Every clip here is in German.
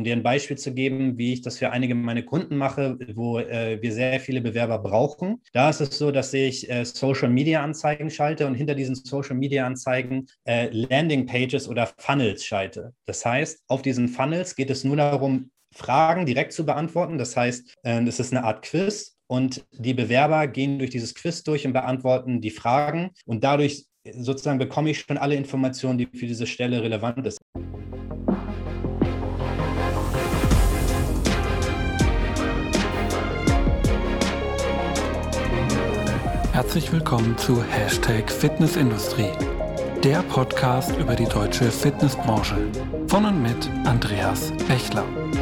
dir ein Beispiel zu geben, wie ich das für einige meiner Kunden mache, wo wir sehr viele Bewerber brauchen. Da ist es so, dass ich Social-Media-Anzeigen schalte und hinter diesen Social-Media-Anzeigen Landing-Pages oder Funnels schalte. Das heißt, auf diesen Funnels geht es nur darum, Fragen direkt zu beantworten. Das heißt, das ist eine Art Quiz und die Bewerber gehen durch dieses Quiz durch und beantworten die Fragen und dadurch sozusagen bekomme ich schon alle Informationen, die für diese Stelle relevant sind. Herzlich willkommen zu #Fitnessindustrie, der Podcast über die deutsche Fitnessbranche von und mit Andreas Bechler.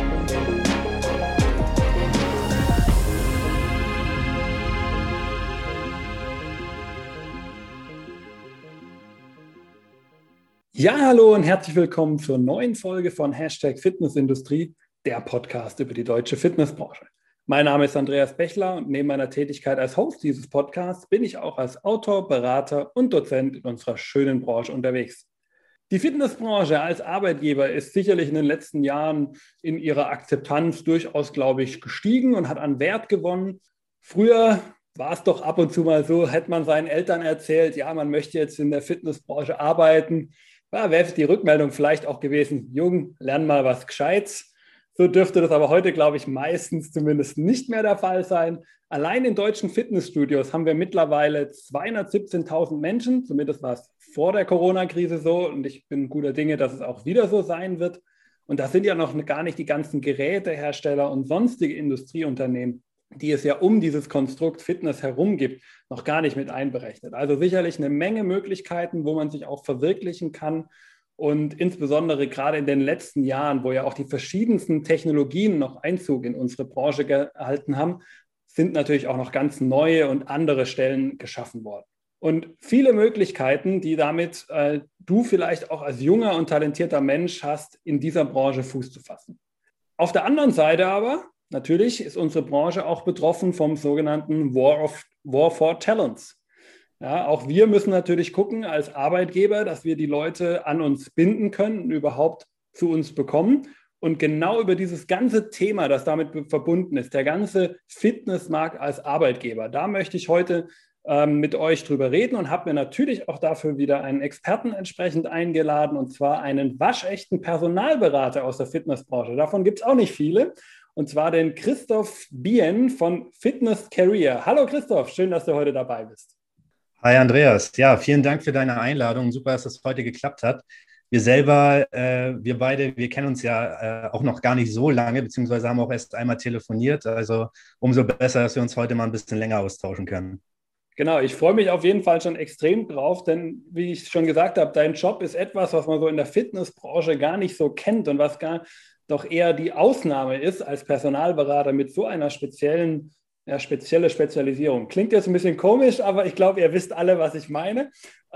Ja, hallo und herzlich willkommen zur neuen Folge von #Fitnessindustrie, der Podcast über die deutsche Fitnessbranche. Mein Name ist Andreas Bechler und neben meiner Tätigkeit als Host dieses Podcasts bin ich auch als Autor, Berater und Dozent in unserer schönen Branche unterwegs. Die Fitnessbranche als Arbeitgeber ist sicherlich in den letzten Jahren in ihrer Akzeptanz durchaus, glaube ich, gestiegen und hat an Wert gewonnen. Früher war es doch ab und zu mal so, hätte man seinen Eltern erzählt, ja, man möchte jetzt in der Fitnessbranche arbeiten. Ja, wäre die Rückmeldung vielleicht auch gewesen, Jung, lern mal was Gescheites. So dürfte das aber heute, glaube ich, meistens zumindest nicht mehr der Fall sein. Allein in deutschen Fitnessstudios haben wir mittlerweile 217.000 Menschen, zumindest war es vor der Corona-Krise so und ich bin guter Dinge, dass es auch wieder so sein wird. Und da sind ja noch gar nicht die ganzen Gerätehersteller und sonstige Industrieunternehmen, die es ja um dieses Konstrukt Fitness herum gibt, noch gar nicht mit einberechnet. Also sicherlich eine Menge Möglichkeiten, wo man sich auch verwirklichen kann. Und insbesondere gerade in den letzten Jahren, wo ja auch die verschiedensten Technologien noch Einzug in unsere Branche gehalten haben, sind natürlich auch noch ganz neue und andere Stellen geschaffen worden. Und viele Möglichkeiten, die damit du vielleicht auch als junger und talentierter Mensch hast, in dieser Branche Fuß zu fassen. Auf der anderen Seite aber, natürlich ist unsere Branche auch betroffen vom sogenannten War for Talents. Ja, auch wir müssen natürlich gucken als Arbeitgeber, dass wir die Leute an uns binden können und überhaupt zu uns bekommen. Und genau über dieses ganze Thema, das damit verbunden ist, der ganze Fitnessmarkt als Arbeitgeber, da möchte ich heute mit euch drüber reden und habe mir natürlich auch dafür wieder einen Experten entsprechend eingeladen, und zwar einen waschechten Personalberater aus der Fitnessbranche. Davon gibt es auch nicht viele. Und zwar den Christoph Bien von Fitness Career. Hallo Christoph, schön, dass du heute dabei bist. Hi Andreas, ja, vielen Dank für deine Einladung. Super, dass das heute geklappt hat. Wir selber, wir beide, wir kennen uns ja auch noch gar nicht so lange, beziehungsweise haben auch erst einmal telefoniert. Also umso besser, dass wir uns heute mal ein bisschen länger austauschen können. Genau, ich freue mich auf jeden Fall schon extrem drauf, denn wie ich schon gesagt habe, dein Job ist etwas, was man so in der Fitnessbranche gar nicht so kennt und was doch eher die Ausnahme ist als Personalberater mit so einer spezielle Spezialisierung. Klingt jetzt ein bisschen komisch, aber ich glaube, ihr wisst alle, was ich meine.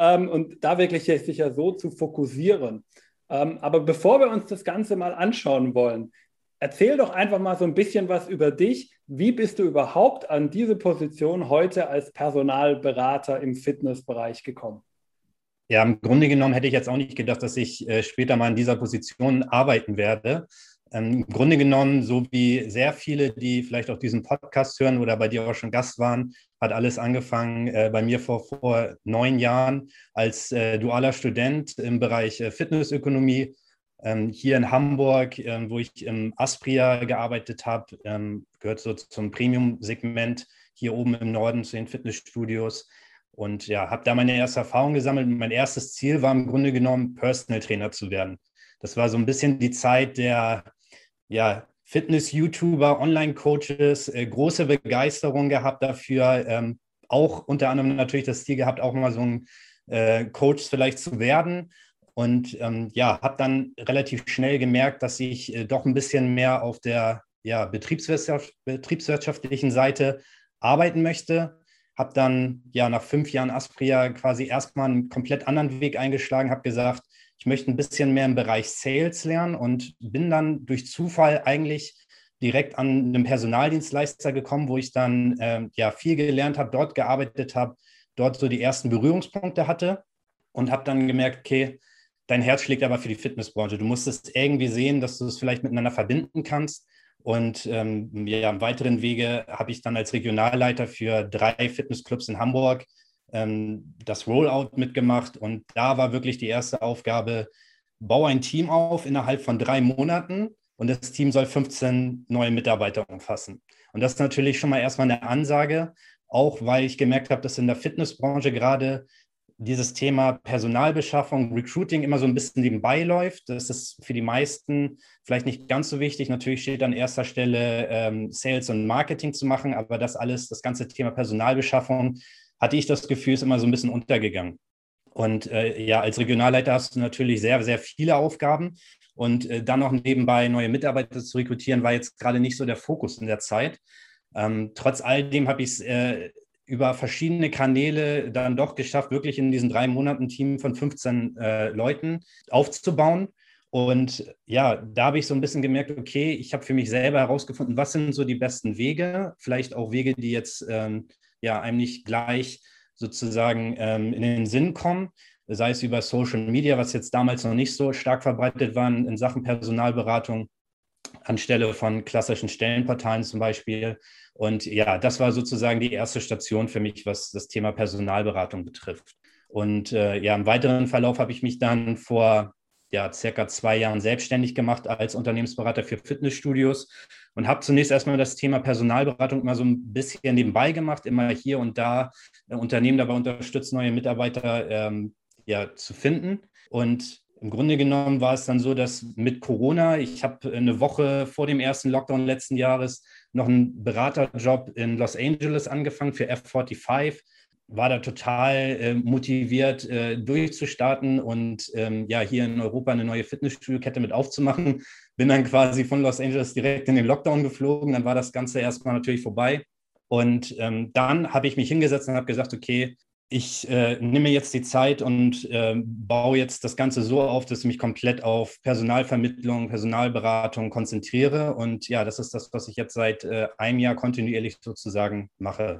Und da wirklich sich ja so zu fokussieren. Aber bevor wir uns das Ganze mal anschauen wollen, erzähl doch einfach mal so ein bisschen was über dich. Wie bist du überhaupt an diese Position heute als Personalberater im Fitnessbereich gekommen? Ja, im Grunde genommen hätte ich jetzt auch nicht gedacht, dass ich später mal in dieser Position arbeiten werde. Im Grunde genommen, so wie sehr viele, die vielleicht auch diesen Podcast hören oder bei dir auch schon Gast waren, hat alles angefangen bei mir vor 9 Jahren als dualer Student im Bereich Fitnessökonomie hier in Hamburg, wo ich im Aspria gearbeitet habe, gehört so zum Premium-Segment hier oben im Norden zu den Fitnessstudios. Und ja, habe da meine erste Erfahrung gesammelt. Mein erstes Ziel war im Grunde genommen, Personal Trainer zu werden. Das war so ein bisschen die Zeit der Fitness-YouTuber, Online-Coaches, große Begeisterung gehabt dafür. Auch unter anderem natürlich das Ziel gehabt, auch mal so ein Coach vielleicht zu werden. Und habe dann relativ schnell gemerkt, dass ich doch ein bisschen mehr auf der betriebswirtschaftlichen Seite arbeiten möchte. Habe dann nach 5 Jahren Aspria quasi erstmal einen komplett anderen Weg eingeschlagen, habe gesagt, ich möchte ein bisschen mehr im Bereich Sales lernen und bin dann durch Zufall eigentlich direkt an einem Personaldienstleister gekommen, wo ich dann viel gelernt habe, dort gearbeitet habe, dort so die ersten Berührungspunkte hatte und habe dann gemerkt, okay, dein Herz schlägt aber für die Fitnessbranche. Du musst es irgendwie sehen, dass du es vielleicht miteinander verbinden kannst. Und im weiteren Wege habe ich dann als Regionalleiter für 3 Fitnessclubs in Hamburg das Rollout mitgemacht. Und da war wirklich die erste Aufgabe, baue ein Team auf innerhalb von 3 Monaten und das Team soll 15 neue Mitarbeiter umfassen. Und das ist natürlich schon mal erstmal eine Ansage, auch weil ich gemerkt habe, dass in der Fitnessbranche gerade dieses Thema Personalbeschaffung, Recruiting immer so ein bisschen nebenbei läuft. Das ist für die meisten vielleicht nicht ganz so wichtig. Natürlich steht an erster Stelle Sales und Marketing zu machen, aber das ganze Thema Personalbeschaffung, hatte ich das Gefühl, ist immer so ein bisschen untergegangen. Und als Regionalleiter hast du natürlich sehr, sehr viele Aufgaben und dann noch nebenbei neue Mitarbeiter zu rekrutieren, war jetzt gerade nicht so der Fokus in der Zeit. Trotz alledem habe ich es über verschiedene Kanäle dann doch geschafft, wirklich in diesen 3 Monaten ein Team von 15 Leuten aufzubauen. Und ja, da habe ich so ein bisschen gemerkt, okay, ich habe für mich selber herausgefunden, was sind so die besten Wege, vielleicht auch Wege, die jetzt einem nicht gleich sozusagen in den Sinn kommen, sei es über Social Media, was jetzt damals noch nicht so stark verbreitet war in Sachen Personalberatung, anstelle von klassischen Stellenportalen zum Beispiel. Und ja, das war sozusagen die erste Station für mich, was das Thema Personalberatung betrifft. Und im weiteren Verlauf habe ich mich dann vor circa 2 Jahren selbstständig gemacht als Unternehmensberater für Fitnessstudios und habe zunächst erstmal das Thema Personalberatung immer so ein bisschen nebenbei gemacht, immer hier und da Unternehmen dabei unterstützt, neue Mitarbeiter zu finden. Und im Grunde genommen war es dann so, dass mit Corona, ich habe eine Woche vor dem ersten Lockdown letzten Jahres noch einen Beraterjob in Los Angeles angefangen für F45, war da total motiviert, durchzustarten und hier in Europa eine neue Fitnessstudio-Kette mit aufzumachen. Bin dann quasi von Los Angeles direkt in den Lockdown geflogen, dann war das Ganze erstmal natürlich vorbei. Und dann habe ich mich hingesetzt und habe gesagt, okay, ich nehme jetzt die Zeit und baue jetzt das Ganze so auf, dass ich mich komplett auf Personalvermittlung, Personalberatung konzentriere. Und ja, das ist das, was ich jetzt seit einem Jahr kontinuierlich sozusagen mache.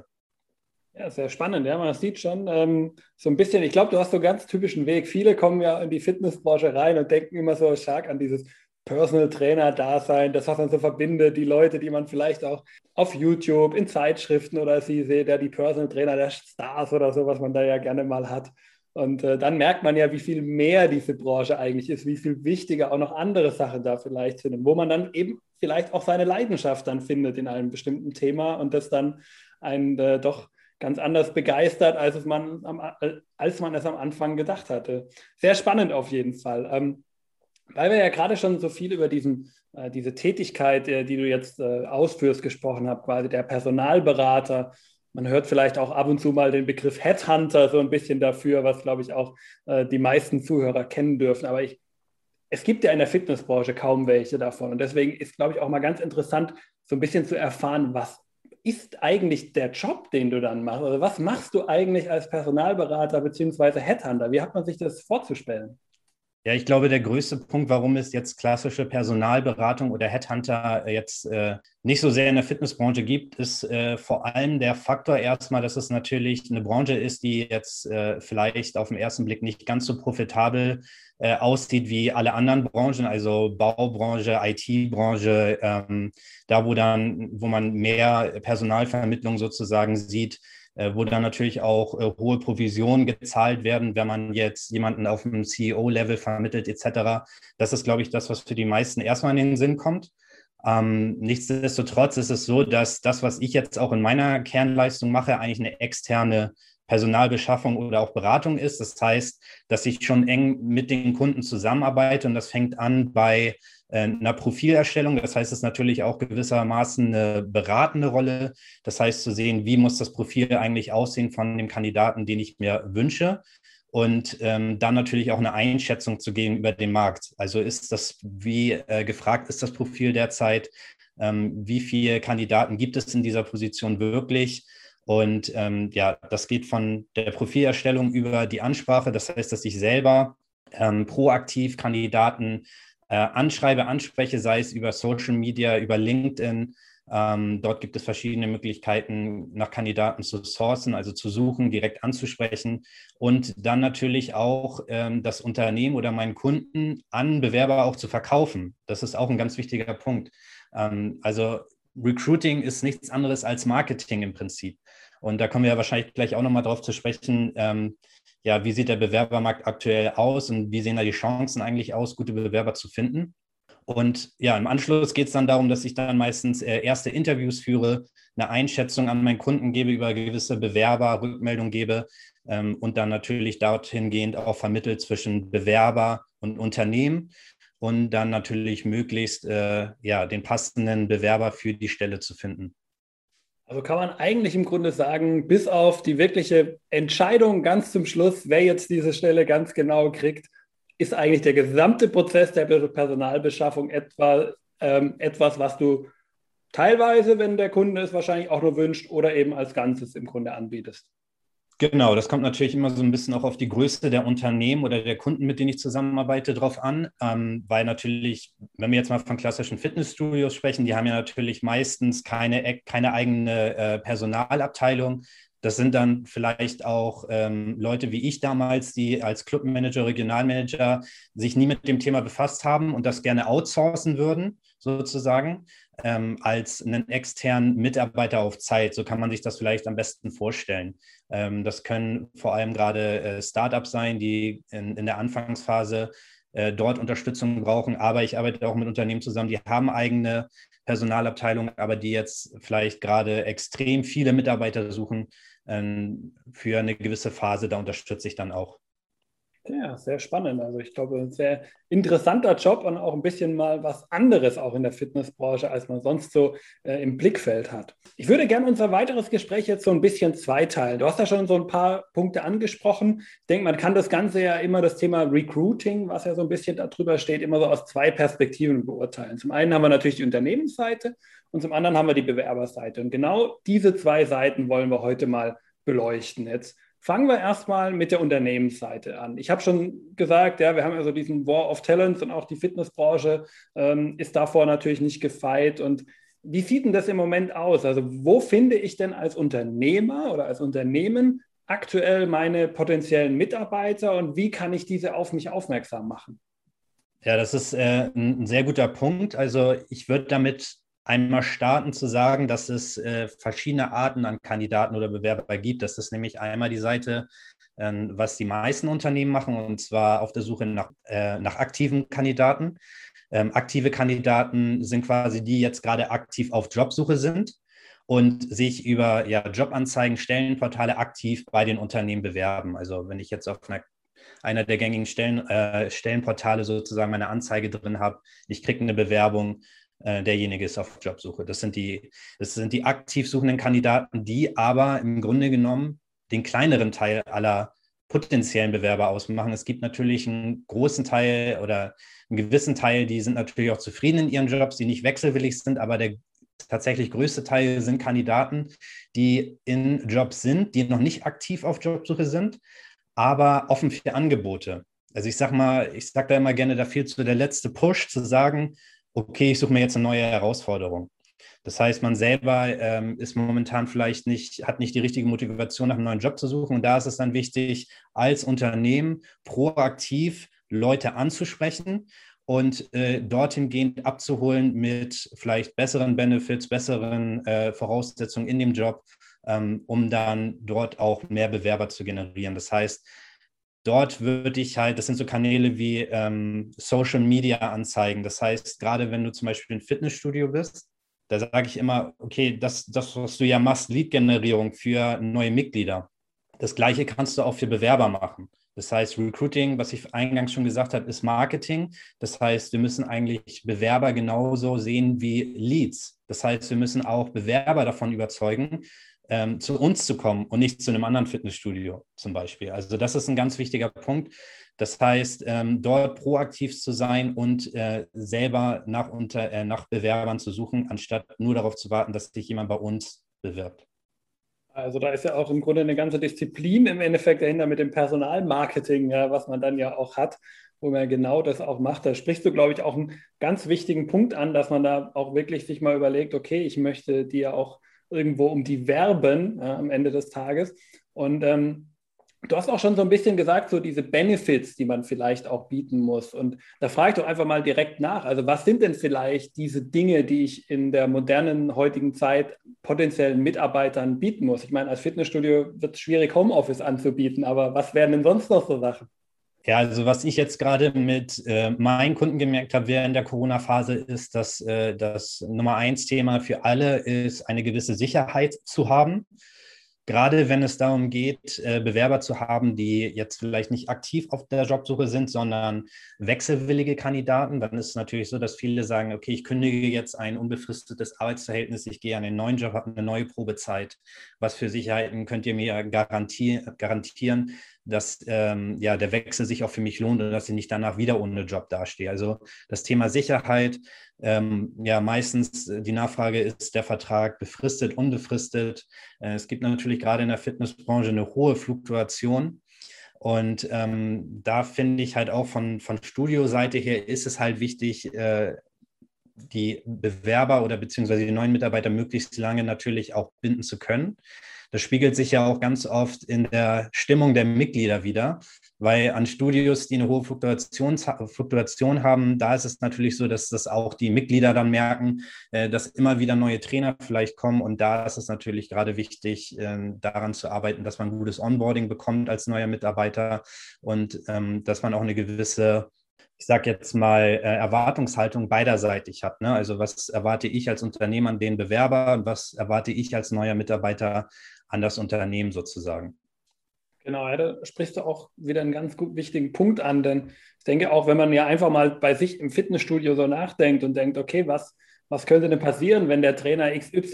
Ja, sehr spannend. Ja, man sieht schon so ein bisschen, ich glaube, du hast so einen ganz typischen Weg. Viele kommen ja in die Fitnessbranche rein und denken immer so stark an dieses Personal Trainer-Dasein, das, was man so verbindet, die Leute, die man vielleicht auch auf YouTube, in Zeitschriften oder sie seht, ja, die Personal Trainer der Stars oder so, was man da ja gerne mal hat. Und dann merkt man ja, wie viel mehr diese Branche eigentlich ist, wie viel wichtiger auch noch andere Sachen da vielleicht sind, wo man dann eben vielleicht auch seine Leidenschaft dann findet in einem bestimmten Thema und das dann einen doch ganz anders begeistert, als man es am Anfang gedacht hatte. Sehr spannend auf jeden Fall. Weil wir ja gerade schon so viel über diese Tätigkeit, die du jetzt ausführst, gesprochen haben, quasi der Personalberater. Man hört vielleicht auch ab und zu mal den Begriff Headhunter so ein bisschen dafür, was, glaube ich, auch die meisten Zuhörer kennen dürfen. Aber es gibt ja in der Fitnessbranche kaum welche davon. Und deswegen ist, glaube ich, auch mal ganz interessant, so ein bisschen zu erfahren, was ist eigentlich der Job, den du dann machst? Also was machst du eigentlich als Personalberater bzw. Headhunter? Wie hat man sich das vorzustellen? Ja, ich glaube, der größte Punkt, warum es jetzt klassische Personalberatung oder Headhunter jetzt nicht so sehr in der Fitnessbranche gibt, ist vor allem der Faktor erstmal, dass es natürlich eine Branche ist, die jetzt vielleicht auf den ersten Blick nicht ganz so profitabel aussieht wie alle anderen Branchen, also Baubranche, IT-Branche, da wo man mehr Personalvermittlung sozusagen sieht, wo dann natürlich auch hohe Provisionen gezahlt werden, wenn man jetzt jemanden auf dem CEO-Level vermittelt etc. Das ist, glaube ich, das, was für die meisten erstmal in den Sinn kommt. Nichtsdestotrotz ist es so, dass das, was ich jetzt auch in meiner Kernleistung mache, eigentlich eine externe Personalbeschaffung oder auch Beratung ist. Das heißt, dass ich schon eng mit den Kunden zusammenarbeite und das fängt an bei einer Profilerstellung. Das heißt, es ist natürlich auch gewissermaßen eine beratende Rolle. Das heißt, zu sehen, wie muss das Profil eigentlich aussehen von dem Kandidaten, den ich mir wünsche. Und dann natürlich auch eine Einschätzung zu geben über den Markt. Also ist das, wie gefragt ist das Profil derzeit? Wie viele Kandidaten gibt es in dieser Position wirklich? Und das geht von der Profilerstellung über die Ansprache. Das heißt, dass ich selber proaktiv Kandidaten anspreche, sei es über Social Media, über LinkedIn, Dort gibt es verschiedene Möglichkeiten, nach Kandidaten zu sourcen, also zu suchen, direkt anzusprechen und dann natürlich auch das Unternehmen oder meinen Kunden an Bewerber auch zu verkaufen. Das ist auch ein ganz wichtiger Punkt. Also Recruiting ist nichts anderes als Marketing im Prinzip. Und da kommen wir ja wahrscheinlich gleich auch nochmal drauf zu sprechen, ja, wie sieht der Bewerbermarkt aktuell aus und wie sehen da die Chancen eigentlich aus, gute Bewerber zu finden. Und ja, im Anschluss geht es dann darum, dass ich dann meistens erste Interviews führe, eine Einschätzung an meinen Kunden gebe über gewisse Bewerber, Rückmeldung gebe und dann natürlich dorthin gehend auch vermittelt zwischen Bewerber und Unternehmen und dann natürlich möglichst ja, den passenden Bewerber für die Stelle zu finden. Also kann man eigentlich im Grunde sagen, bis auf die wirkliche Entscheidung ganz zum Schluss, wer jetzt diese Stelle ganz genau kriegt, ist eigentlich der gesamte Prozess der Personalbeschaffung etwas, was du teilweise, wenn der Kunde es wahrscheinlich auch nur wünscht, oder eben als Ganzes im Grunde anbietest. Genau, das kommt natürlich immer so ein bisschen auch auf die Größe der Unternehmen oder der Kunden, mit denen ich zusammenarbeite, drauf an, weil natürlich, wenn wir jetzt mal von klassischen Fitnessstudios sprechen, die haben ja natürlich meistens keine eigene Personalabteilung. Das sind dann vielleicht auch Leute wie ich damals, die als Clubmanager, Regionalmanager sich nie mit dem Thema befasst haben und das gerne outsourcen würden, sozusagen, als einen externen Mitarbeiter auf Zeit. So kann man sich das vielleicht am besten vorstellen. Das können vor allem gerade Startups sein, die in der Anfangsphase dort Unterstützung brauchen. Aber ich arbeite auch mit Unternehmen zusammen, die haben eigene Personalabteilungen, aber die jetzt vielleicht gerade extrem viele Mitarbeiter suchen für eine gewisse Phase. Da unterstütze ich dann auch. Ja, sehr spannend. Also ich glaube, ein sehr interessanter Job und auch ein bisschen mal was anderes auch in der Fitnessbranche, als man sonst so im Blickfeld hat. Ich würde gerne unser weiteres Gespräch jetzt so ein bisschen zweiteilen. Du hast ja schon so ein paar Punkte angesprochen. Ich denke, man kann das Ganze ja immer, das Thema Recruiting, was ja so ein bisschen darüber steht, immer so aus zwei Perspektiven beurteilen. Zum einen haben wir natürlich die Unternehmensseite und zum anderen haben wir die Bewerberseite. Und genau diese zwei Seiten wollen wir heute mal beleuchten. Jetzt fangen wir erstmal mit der Unternehmensseite an. Ich habe schon gesagt, ja, wir haben also diesen War of Talents und auch die Fitnessbranche ist davor natürlich nicht gefeit. Und wie sieht denn das im Moment aus? Also wo finde ich denn als Unternehmer oder als Unternehmen aktuell meine potenziellen Mitarbeiter und wie kann ich diese auf mich aufmerksam machen? Ja, das ist ein sehr guter Punkt. Also ich würde damit einmal starten zu sagen, dass es verschiedene Arten an Kandidaten oder Bewerber gibt. Das ist nämlich einmal die Seite, was die meisten Unternehmen machen, und zwar auf der Suche nach aktiven Kandidaten. Aktive Kandidaten sind quasi die, die jetzt gerade aktiv auf Jobsuche sind und sich über Jobanzeigen, Stellenportale aktiv bei den Unternehmen bewerben. Also wenn ich jetzt auf einer der gängigen Stellenportale sozusagen meine Anzeige drin habe, ich kriege eine Bewerbung, derjenige ist auf Jobsuche. Das sind die aktiv suchenden Kandidaten, die aber im Grunde genommen den kleineren Teil aller potenziellen Bewerber ausmachen. Es gibt natürlich einen großen Teil oder einen gewissen Teil, die sind natürlich auch zufrieden in ihren Jobs, die nicht wechselwillig sind, aber der tatsächlich größte Teil sind Kandidaten, die in Jobs sind, die noch nicht aktiv auf Jobsuche sind, aber offen für Angebote. Also ich sage da immer gerne, da fehlt so der letzte Push zu sagen, okay, ich suche mir jetzt eine neue Herausforderung. Das heißt, man selber ist momentan hat nicht die richtige Motivation, nach einem neuen Job zu suchen. Und da ist es dann wichtig, als Unternehmen proaktiv Leute anzusprechen und dorthin gehend abzuholen mit vielleicht besseren Benefits, besseren Voraussetzungen in dem Job, um dann dort auch mehr Bewerber zu generieren. Das heißt, dort würde ich das sind so Kanäle wie Social Media Anzeigen. Das heißt, gerade wenn du zum Beispiel ein Fitnessstudio bist, da sage ich immer, okay, das, was du ja machst, Lead-Generierung für neue Mitglieder. Das Gleiche kannst du auch für Bewerber machen. Das heißt, Recruiting, was ich eingangs schon gesagt habe, ist Marketing. Das heißt, wir müssen eigentlich Bewerber genauso sehen wie Leads. Das heißt, wir müssen auch Bewerber davon überzeugen, zu uns zu kommen und nicht zu einem anderen Fitnessstudio zum Beispiel. Also das ist ein ganz wichtiger Punkt. Das heißt, dort proaktiv zu sein und selber nach Bewerbern zu suchen, anstatt nur darauf zu warten, dass sich jemand bei uns bewirbt. Also da ist ja auch im Grunde eine ganze Disziplin im Endeffekt dahinter mit dem Personalmarketing, ja, was man dann ja auch hat. wo man genau das auch macht. Da sprichst du, glaube ich, auch einen ganz wichtigen Punkt an, dass man da auch wirklich sich mal überlegt, okay, ich möchte die ja auch irgendwo um die werben am Ende des Tages. Und du hast auch schon so ein bisschen gesagt, so diese Benefits, die man vielleicht auch bieten muss. Und da frage ich doch einfach mal direkt nach. Also was sind denn vielleicht diese Dinge, die ich in der modernen heutigen Zeit potenziellen Mitarbeitern bieten muss? Ich meine, als Fitnessstudio wird es schwierig, Homeoffice anzubieten, aber was wären denn sonst noch so Sachen? Ja, also was ich jetzt gerade mit meinen Kunden gemerkt habe während der Corona-Phase ist, dass das Nummer eins Thema für alle ist, eine gewisse Sicherheit zu haben. Gerade wenn es darum geht, Bewerber zu haben, die jetzt vielleicht nicht aktiv auf der Jobsuche sind, sondern wechselwillige Kandidaten, dann ist es natürlich so, dass viele sagen, okay, ich kündige jetzt ein unbefristetes Arbeitsverhältnis, ich gehe an einen neuen Job, habe eine neue Probezeit. Was für Sicherheiten könnt ihr mir garantieren, dass ja, der Wechsel sich auch für mich lohnt und dass ich nicht danach wieder ohne Job dastehe? Also das Thema Sicherheit, ja, meistens die Nachfrage ist der Vertrag befristet, unbefristet. Es gibt natürlich gerade in der Fitnessbranche eine hohe Fluktuation. Und da finde ich halt auch von Studioseite her ist es halt wichtig, die Bewerber oder beziehungsweise die neuen Mitarbeiter möglichst lange natürlich auch binden zu können. Das spiegelt sich ja auch ganz oft in der Stimmung der Mitglieder wider, weil an Studios, die eine hohe Fluktuation haben, da ist es natürlich so, dass das auch die Mitglieder dann merken, dass immer wieder neue Trainer vielleicht kommen und da ist es natürlich gerade wichtig, daran zu arbeiten, dass man ein gutes Onboarding bekommt als neuer Mitarbeiter und dass man auch eine gewisse, ich sage jetzt mal, Erwartungshaltung beiderseitig hat. Ne? Also was erwarte ich als Unternehmen an den Bewerber und was erwarte ich als neuer Mitarbeiter an das Unternehmen sozusagen. Genau, ja, da sprichst du auch wieder einen ganz wichtigen Punkt an, denn ich denke auch, wenn man ja einfach mal bei sich im Fitnessstudio so nachdenkt und denkt, okay, was könnte denn passieren, wenn der Trainer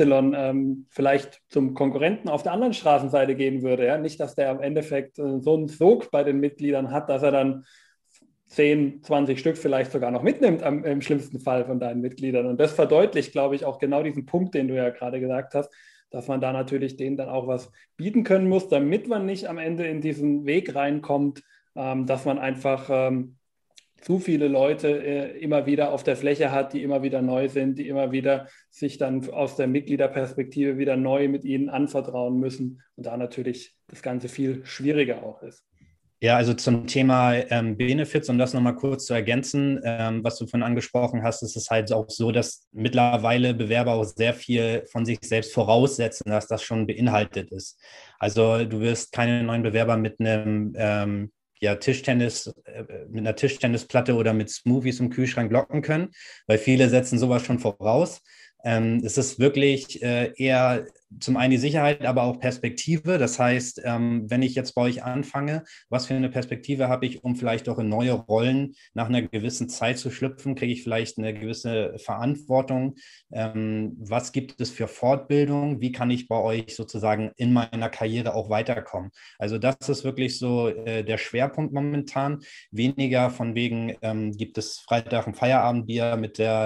XY vielleicht zum Konkurrenten auf der anderen Straßenseite gehen würde? Ja? Nicht, dass der im Endeffekt so einen Sog bei den Mitgliedern hat, dass er dann 10, 20 Stück vielleicht sogar noch mitnimmt im schlimmsten Fall von deinen Mitgliedern. Und das verdeutlicht, glaube ich, auch genau diesen Punkt, den du ja gerade gesagt hast, dass man da natürlich denen dann auch was bieten können muss, damit man nicht am Ende in diesen Weg reinkommt, dass man einfach zu viele Leute immer wieder auf der Fläche hat, die immer wieder neu sind, die immer wieder sich dann aus der Mitgliederperspektive wieder neu mit ihnen anvertrauen müssen und da natürlich das Ganze viel schwieriger auch ist. Ja, also zum Thema Benefits, um das nochmal kurz zu ergänzen, was du vorhin angesprochen hast, ist es halt auch so, dass mittlerweile Bewerber auch sehr viel von sich selbst voraussetzen, dass das schon beinhaltet ist. Also du wirst keine neuen Bewerber mit einem ja, mit einer Tischtennisplatte oder mit Smoothies im Kühlschrank locken können, weil viele setzen sowas schon voraus. Es ist wirklich eher zum einen die Sicherheit, aber auch Perspektive. Das heißt, wenn ich jetzt bei euch anfange, was für eine Perspektive habe ich, um vielleicht auch in neue Rollen nach einer gewissen Zeit zu schlüpfen? Kriege ich vielleicht eine gewisse Verantwortung? Was gibt es für Fortbildung? Wie kann ich bei euch sozusagen in meiner Karriere auch weiterkommen? Also das ist wirklich so der Schwerpunkt momentan. Weniger von wegen, gibt es Freitag ein Feierabendbier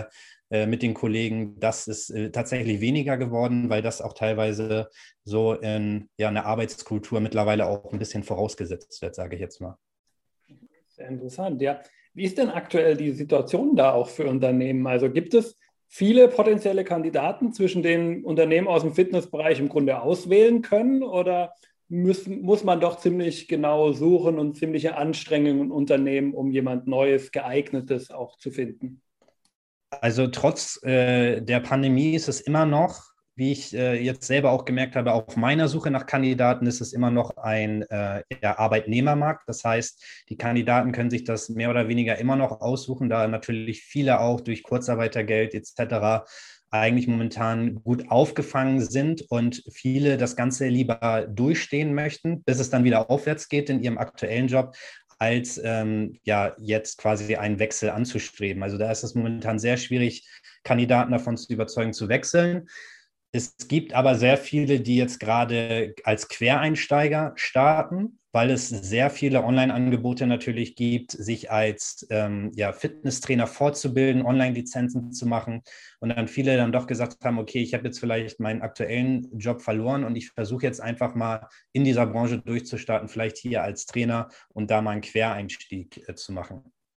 mit den Kollegen, das ist tatsächlich weniger geworden, weil das auch teilweise so in ja, einer Arbeitskultur mittlerweile auch ein bisschen vorausgesetzt wird, sage ich jetzt mal. Sehr interessant, ja. Wie ist denn aktuell die Situation da auch für Unternehmen? Also gibt es viele potenzielle Kandidaten, zwischen denen Unternehmen aus dem Fitnessbereich im Grunde auswählen können oder muss man doch ziemlich genau suchen und ziemliche Anstrengungen unternehmen, um jemand Neues, Geeignetes auch zu finden? Also trotz der Pandemie ist es immer noch, wie ich jetzt selber auch gemerkt habe, auf meiner Suche nach Kandidaten ist es immer noch ein ja, Arbeitnehmermarkt. Das heißt, die Kandidaten können sich das mehr oder weniger immer noch aussuchen, da natürlich viele auch durch Kurzarbeitergeld etc. eigentlich momentan gut aufgefangen sind und viele das Ganze lieber durchstehen möchten, bis es dann wieder aufwärts geht in ihrem aktuellen Job, als ja jetzt quasi einen Wechsel anzustreben. Also da ist es momentan sehr schwierig, Kandidaten davon zu überzeugen, zu wechseln. Es gibt aber sehr viele, die jetzt gerade als Quereinsteiger starten, weil es sehr viele Online-Angebote natürlich gibt, sich als ja, Fitnesstrainer fortzubilden, Online-Lizenzen zu machen und dann viele dann doch gesagt haben, okay, ich habe jetzt vielleicht meinen aktuellen Job verloren und ich versuche jetzt einfach mal in dieser Branche durchzustarten, vielleicht hier als Trainer und da mal einen Quereinstieg zu machen.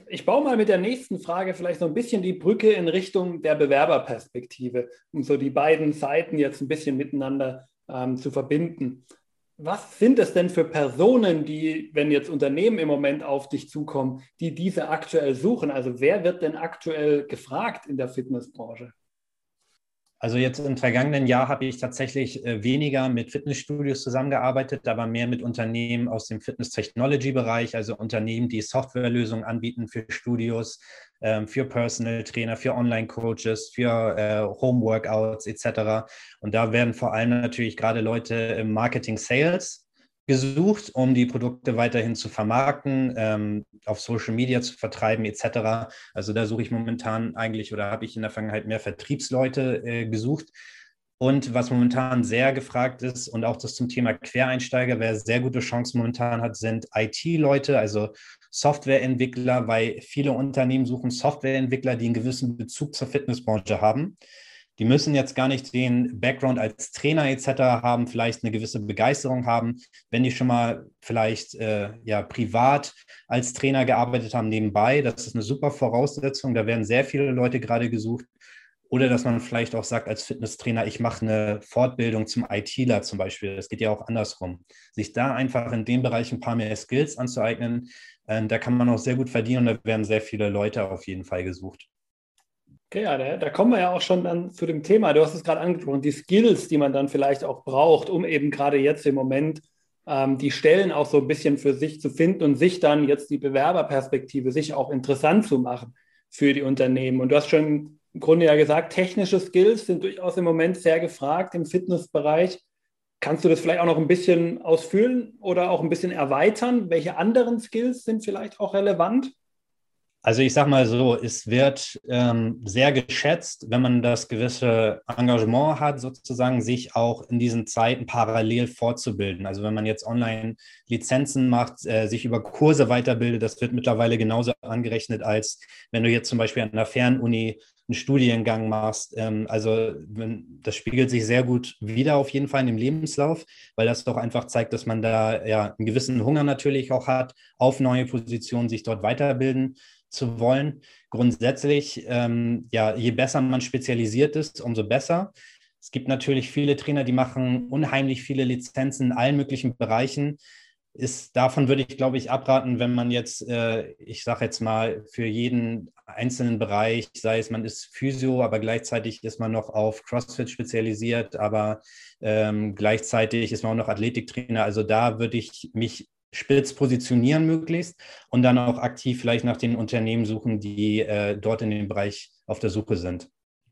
Ich baue mal mit der nächsten Frage vielleicht so ein bisschen die Brücke in Richtung der Bewerberperspektive, um so die beiden Seiten jetzt ein bisschen miteinander zu verbinden. Was sind es denn für Personen, die, wenn jetzt Unternehmen im Moment auf dich zukommen, die diese aktuell suchen? Also wer wird denn aktuell gefragt in der Fitnessbranche? Also jetzt im vergangenen Jahr habe ich tatsächlich weniger mit Fitnessstudios zusammengearbeitet, aber mehr mit Unternehmen aus dem Fitness-Technology-Bereich, also Unternehmen, die Softwarelösungen anbieten für Studios, für Personal Trainer, für Online-Coaches, für Home-Workouts etc. Und da werden vor allem natürlich gerade Leute im Marketing-Sales gesucht, um die Produkte weiterhin zu vermarkten, auf Social Media zu vertreiben etc. Also da suche ich momentan eigentlich oder habe ich in der Vergangenheit mehr Vertriebsleute gesucht. Und was momentan sehr gefragt ist und auch das zum Thema Quereinsteiger, wer sehr gute Chancen momentan hat, sind IT-Leute, also Softwareentwickler, weil viele Unternehmen suchen Softwareentwickler, die einen gewissen Bezug zur Fitnessbranche haben. Die müssen jetzt gar nicht den Background als Trainer etc. haben, vielleicht eine gewisse Begeisterung haben. Wenn die schon mal vielleicht privat als Trainer gearbeitet haben nebenbei, das ist eine super Voraussetzung. Da werden sehr viele Leute gerade gesucht. Oder dass man vielleicht auch sagt als Fitnesstrainer, ich mache eine Fortbildung zum ITler zum Beispiel. Das geht ja auch andersrum. Sich da einfach in dem Bereich ein paar mehr Skills anzueignen, da kann man auch sehr gut verdienen und da werden sehr viele Leute auf jeden Fall gesucht. Okay, ja, da kommen wir ja auch schon dann zu dem Thema. Du hast es gerade angesprochen, die Skills, die man dann vielleicht auch braucht, um eben gerade jetzt im Moment die Stellen auch so ein bisschen für sich zu finden und sich dann jetzt die Bewerberperspektive sich auch interessant zu machen für die Unternehmen. Und du hast schon im Grunde ja gesagt, technische Skills sind durchaus im Moment sehr gefragt im Fitnessbereich. Kannst du das vielleicht auch noch ein bisschen ausführen oder auch ein bisschen erweitern? Welche anderen Skills sind vielleicht auch relevant? Also ich sage mal so, es wird sehr geschätzt, wenn man das gewisse Engagement hat, sozusagen sich auch in diesen Zeiten parallel fortzubilden. Also wenn man jetzt online Lizenzen macht, sich über Kurse weiterbildet, das wird mittlerweile genauso angerechnet, als wenn du jetzt zum Beispiel an einer Fernuni einen Studiengang machst. Das spiegelt sich sehr gut wider auf jeden Fall in dem Lebenslauf, weil das doch einfach zeigt, dass man da ja einen gewissen Hunger natürlich auch hat, auf neue Positionen sich dort weiterbilden zu wollen. Grundsätzlich, je besser man spezialisiert ist, umso besser. Es gibt natürlich viele Trainer, die machen unheimlich viele Lizenzen in allen möglichen Bereichen. Davon würde ich, glaube ich, abraten, wenn man jetzt, ich sage jetzt mal, für jeden einzelnen Bereich, sei es man ist Physio, aber gleichzeitig ist man noch auf CrossFit spezialisiert, aber gleichzeitig ist man auch noch Athletiktrainer. Also da würde ich mich spitz positionieren möglichst und dann auch aktiv vielleicht nach den Unternehmen suchen, die dort in dem Bereich auf der Suche sind.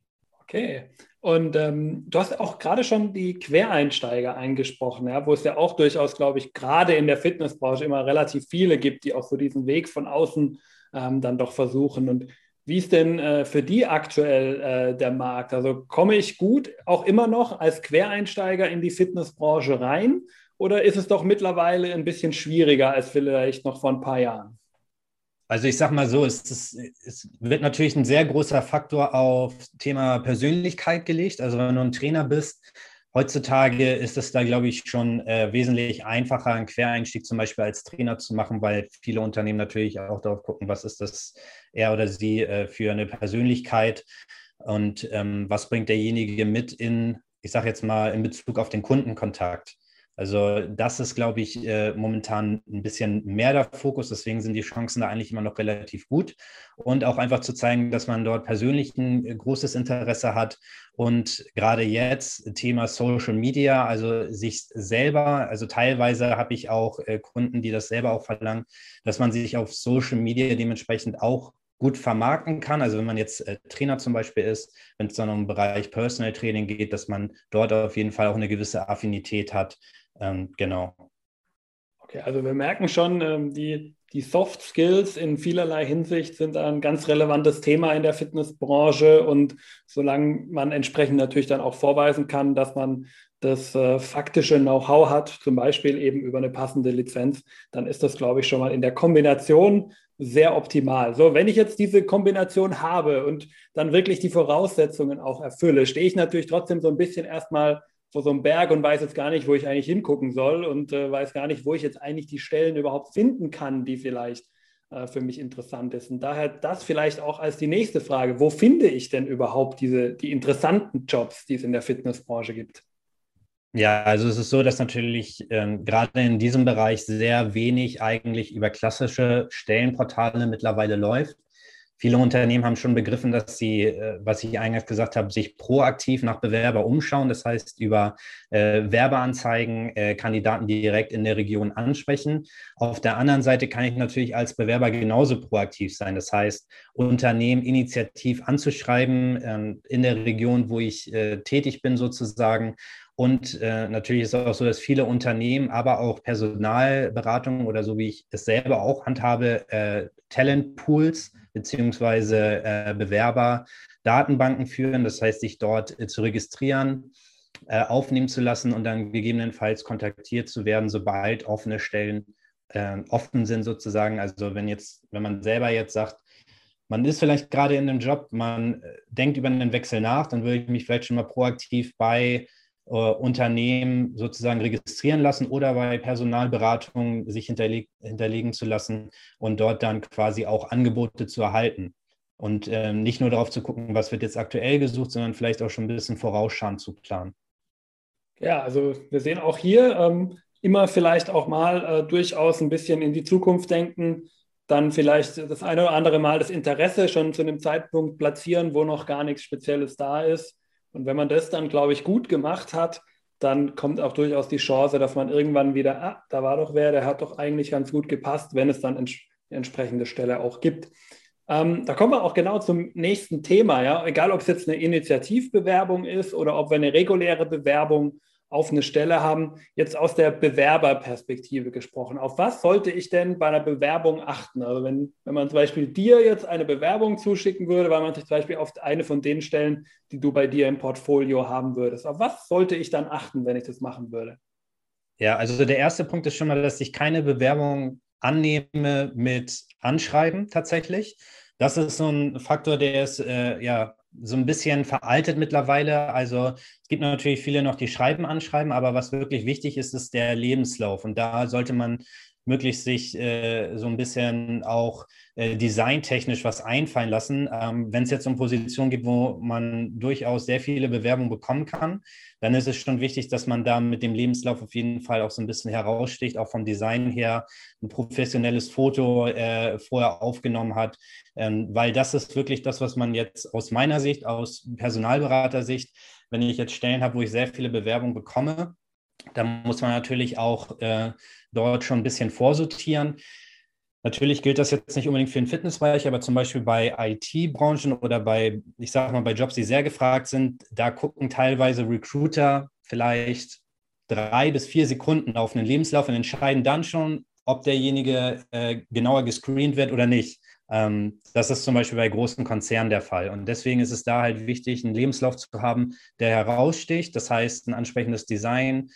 Okay. Und du hast auch gerade schon die Quereinsteiger angesprochen, ja, wo es ja auch durchaus, glaube ich, gerade in der Fitnessbranche immer relativ viele gibt, die auch so diesen Weg von außen dann doch versuchen. Und wie ist denn für die aktuell der Markt? Also komme ich gut auch immer noch als Quereinsteiger in die Fitnessbranche rein? Oder ist es doch mittlerweile ein bisschen schwieriger als vielleicht noch vor ein paar Jahren? Also ich sage mal so, es wird natürlich ein sehr großer Faktor auf Thema Persönlichkeit gelegt. Also wenn du ein Trainer bist, heutzutage ist es da, glaube ich, schon wesentlich einfacher, einen Quereinstieg zum Beispiel als Trainer zu machen, weil viele Unternehmen natürlich auch darauf gucken, was ist das er oder sie für eine Persönlichkeit und was bringt derjenige mit ich sage jetzt mal, in Bezug auf den Kundenkontakt. Also das ist, glaube ich, momentan ein bisschen mehr der Fokus. Deswegen sind die Chancen da eigentlich immer noch relativ gut. Und auch einfach zu zeigen, dass man dort persönlich ein großes Interesse hat. Und gerade jetzt Thema Social Media, also sich selber, also teilweise habe ich auch Kunden, die das selber auch verlangen, dass man sich auf Social Media dementsprechend auch gut vermarkten kann. Also wenn man jetzt Trainer zum Beispiel ist, wenn es dann um den Bereich Personal Training geht, dass man dort auf jeden Fall auch eine gewisse Affinität hat. Genau. Okay, also wir merken schon, die Soft Skills in vielerlei Hinsicht sind ein ganz relevantes Thema in der Fitnessbranche und solange man entsprechend natürlich dann auch vorweisen kann, dass man das faktische Know-how hat, zum Beispiel eben über eine passende Lizenz, dann ist das, glaube ich, schon mal in der Kombination sehr optimal. So, wenn ich jetzt diese Kombination habe und dann wirklich die Voraussetzungen auch erfülle, stehe ich natürlich trotzdem so ein bisschen erstmal vor so einem Berg und weiß jetzt gar nicht, wo ich eigentlich hingucken soll und weiß gar nicht, wo ich jetzt eigentlich die Stellen überhaupt finden kann, die vielleicht für mich interessant ist. Und daher das vielleicht auch als die nächste Frage. Wo finde ich denn überhaupt die interessanten Jobs, die es in der Fitnessbranche gibt? Ja, also es ist so, dass natürlich gerade in diesem Bereich sehr wenig eigentlich über klassische Stellenportale mittlerweile läuft. Viele Unternehmen haben schon begriffen, dass sie, was ich eingangs gesagt habe, sich proaktiv nach Bewerber umschauen. Das heißt, über Werbeanzeigen Kandidaten direkt in der Region ansprechen. Auf der anderen Seite kann ich natürlich als Bewerber genauso proaktiv sein. Das heißt, Unternehmen initiativ anzuschreiben in der Region, wo ich tätig bin sozusagen. Und natürlich ist es auch so, dass viele Unternehmen, aber auch Personalberatungen oder so wie ich es selber auch handhabe, Talentpools beziehungsweise Bewerber Datenbanken führen. Das heißt, sich dort zu registrieren, aufnehmen zu lassen und dann gegebenenfalls kontaktiert zu werden, sobald offene Stellen offen sind sozusagen. Also wenn man selber jetzt sagt, man ist vielleicht gerade in einem Job, man denkt über einen Wechsel nach, dann würde ich mich vielleicht schon mal proaktiv bei Unternehmen sozusagen registrieren lassen oder bei Personalberatungen sich hinterlegen zu lassen und dort dann quasi auch Angebote zu erhalten. Und nicht nur darauf zu gucken, was wird jetzt aktuell gesucht, sondern vielleicht auch schon ein bisschen vorausschauend zu planen. Ja, also wir sehen auch hier immer vielleicht auch mal durchaus ein bisschen in die Zukunft denken, dann vielleicht das eine oder andere Mal das Interesse schon zu einem Zeitpunkt platzieren, wo noch gar nichts Spezielles da ist. Und wenn man das dann, glaube ich, gut gemacht hat, dann kommt auch durchaus die Chance, dass man irgendwann wieder, da war doch wer, der hat doch eigentlich ganz gut gepasst, wenn es dann eine entsprechende Stelle auch gibt. Da kommen wir auch genau zum nächsten Thema. Ja? Egal, ob es jetzt eine Initiativbewerbung ist oder ob wir eine reguläre Bewerbung auf eine Stelle haben, jetzt aus der Bewerberperspektive gesprochen. Auf was sollte ich denn bei einer Bewerbung achten? Also wenn man zum Beispiel dir jetzt eine Bewerbung zuschicken würde, weil man sich zum Beispiel auf eine von den Stellen, die du bei dir im Portfolio haben würdest, auf was sollte ich dann achten, wenn ich das machen würde? Ja, also der erste Punkt ist schon mal, dass ich keine Bewerbung annehme mit Anschreiben tatsächlich. Das ist so ein Faktor, der ist so ein bisschen veraltet mittlerweile. Also es gibt natürlich viele noch, die schreiben, anschreiben, aber was wirklich wichtig ist, ist der Lebenslauf. Und da sollte man möglichst sich so ein bisschen auch designtechnisch was einfallen lassen. Wenn es jetzt um Positionen gibt, wo man durchaus sehr viele Bewerbungen bekommen kann, dann ist es schon wichtig, dass man da mit dem Lebenslauf auf jeden Fall auch so ein bisschen heraussticht, auch vom Design her ein professionelles Foto vorher aufgenommen hat, weil das ist wirklich das, was man jetzt aus meiner Sicht, aus Personalberatersicht, wenn ich jetzt Stellen habe, wo ich sehr viele Bewerbungen bekomme, dann muss man natürlich auch dort schon ein bisschen vorsortieren. Natürlich gilt das jetzt nicht unbedingt für den Fitnessbereich, aber zum Beispiel bei IT-Branchen oder bei Jobs, die sehr gefragt sind, da gucken teilweise Recruiter vielleicht 3 bis 4 Sekunden auf einen Lebenslauf und entscheiden dann schon, ob derjenige genauer gescreent wird oder nicht. Das ist zum Beispiel bei großen Konzernen der Fall. Und deswegen ist es da halt wichtig, einen Lebenslauf zu haben, der heraussticht. Das heißt, ein ansprechendes Design,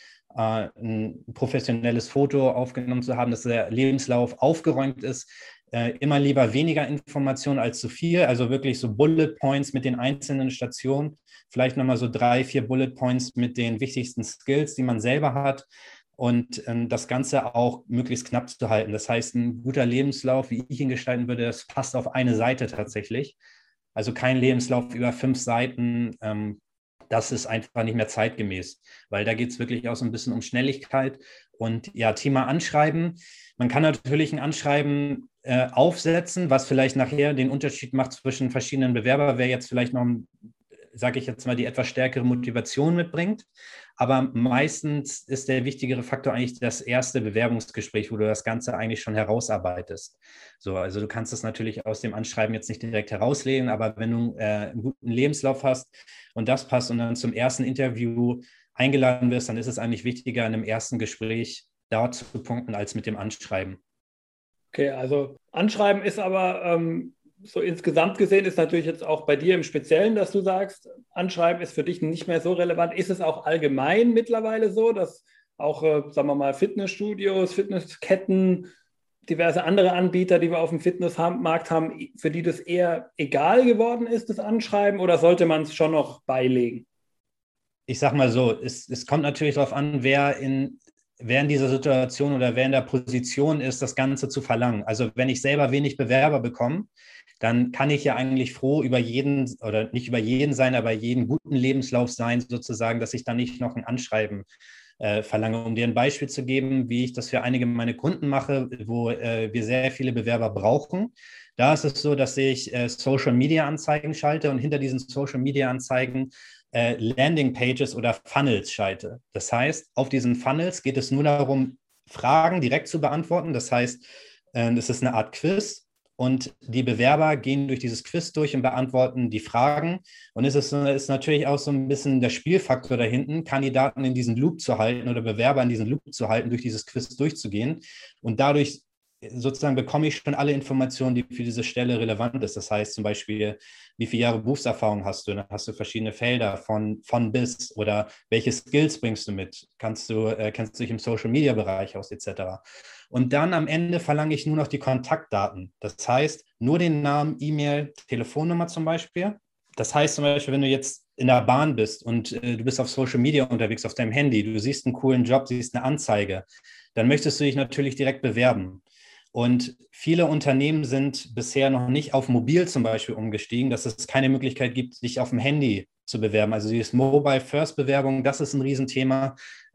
ein professionelles Foto aufgenommen zu haben, dass der Lebenslauf aufgeräumt ist. Immer lieber weniger Informationen als zu viel, also wirklich so Bullet Points mit den einzelnen Stationen, vielleicht nochmal so 3, 4 Bullet Points mit den wichtigsten Skills, die man selber hat und das Ganze auch möglichst knapp zu halten. Das heißt, ein guter Lebenslauf, wie ich ihn gestalten würde, das passt auf eine Seite tatsächlich. Also kein Lebenslauf über 5 Seiten, das ist einfach nicht mehr zeitgemäß, weil da geht es wirklich auch so ein bisschen um Schnelligkeit. Und ja, Thema Anschreiben. Man kann natürlich ein Anschreiben aufsetzen, was vielleicht nachher den Unterschied macht zwischen verschiedenen Bewerbern, wer jetzt vielleicht noch, sage ich jetzt mal, die etwas stärkere Motivation mitbringt. Aber meistens ist der wichtigere Faktor eigentlich das erste Bewerbungsgespräch, wo du das Ganze eigentlich schon herausarbeitest. So, also du kannst es natürlich aus dem Anschreiben jetzt nicht direkt herauslesen, aber wenn du einen guten Lebenslauf hast und das passt und dann zum ersten Interview eingeladen wirst, dann ist es eigentlich wichtiger, in einem ersten Gespräch dort zu punkten, als mit dem Anschreiben. Okay, also Anschreiben ist aber so insgesamt gesehen ist natürlich jetzt auch bei dir im Speziellen, dass du sagst, Anschreiben ist für dich nicht mehr so relevant. Ist es auch allgemein mittlerweile so, dass auch, sagen wir mal, Fitnessstudios, Fitnessketten, diverse andere Anbieter, die wir auf dem Fitnessmarkt haben, für die das eher egal geworden ist, das Anschreiben, oder sollte man es schon noch beilegen? Ich sag mal so, es kommt natürlich darauf an, wer in wer in dieser Situation oder wer in der Position ist, das Ganze zu verlangen. Also wenn ich selber wenig Bewerber bekomme, dann kann ich ja eigentlich froh über jeden, oder nicht über jeden sein, aber jeden guten Lebenslauf sein, sozusagen, dass ich dann nicht noch ein Anschreiben verlange. Um dir ein Beispiel zu geben, wie ich das für einige meiner Kunden mache, wo wir sehr viele Bewerber brauchen. Da ist es so, dass ich Social-Media-Anzeigen schalte und hinter diesen Social-Media-Anzeigen Landing-Pages oder Funnels schalte. Das heißt, auf diesen Funnels geht es nur darum, Fragen direkt zu beantworten. Das heißt, es ist eine Art Quiz. Und die Bewerber gehen durch dieses Quiz durch und beantworten die Fragen. Und es ist natürlich auch so ein bisschen der Spielfaktor dahinten, Kandidaten in diesen Loop zu halten oder Bewerber in diesen Loop zu halten, durch dieses Quiz durchzugehen. Und dadurch sozusagen bekomme ich schon alle Informationen, die für diese Stelle relevant ist. Das heißt zum Beispiel, wie viele Jahre Berufserfahrung hast du? Dann hast du verschiedene Felder von bis oder welche Skills bringst du mit? Kennst du dich im Social-Media-Bereich aus etc. Und dann am Ende verlange ich nur noch die Kontaktdaten. Das heißt, nur den Namen, E-Mail, Telefonnummer zum Beispiel. Das heißt zum Beispiel, wenn du jetzt in der Bahn bist und du bist auf Social Media unterwegs, auf deinem Handy, du siehst einen coolen Job, siehst eine Anzeige, dann möchtest du dich natürlich direkt bewerben. Und viele Unternehmen sind bisher noch nicht auf mobil zum Beispiel umgestiegen, dass es keine Möglichkeit gibt, sich auf dem Handy zu bewerben. Also dieses Mobile-First-Bewerbung, das ist ein Riesenthema.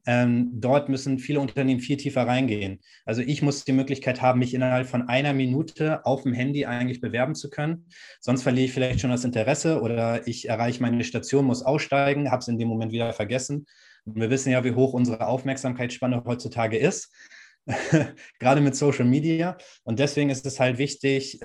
Dort müssen viele Unternehmen viel tiefer reingehen. Also ich muss die Möglichkeit haben, mich innerhalb von einer Minute auf dem Handy eigentlich bewerben zu können. Sonst verliere ich vielleicht schon das Interesse oder ich erreiche meine Station, muss aussteigen, habe es in dem Moment wieder vergessen. Und wir wissen ja, wie hoch unsere Aufmerksamkeitsspanne heutzutage ist. Gerade mit Social Media. Und deswegen ist es halt wichtig,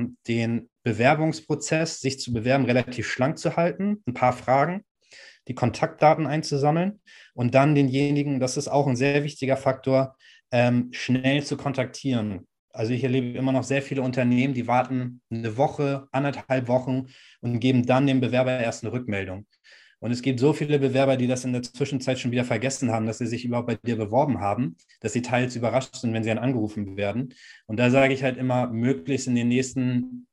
den Bewerbungsprozess, sich zu bewerben, relativ schlank zu halten, ein paar Fragen, die Kontaktdaten einzusammeln und dann denjenigen, das ist auch ein sehr wichtiger Faktor, schnell zu kontaktieren. Also ich erlebe immer noch sehr viele Unternehmen, die warten eine Woche, 1,5 Wochen und geben dann dem Bewerber erst eine Rückmeldung. Und es gibt so viele Bewerber, die das in der Zwischenzeit schon wieder vergessen haben, dass sie sich überhaupt bei dir beworben haben, dass sie teils überrascht sind, wenn sie dann angerufen werden. Und da sage ich halt immer, möglichst in den nächsten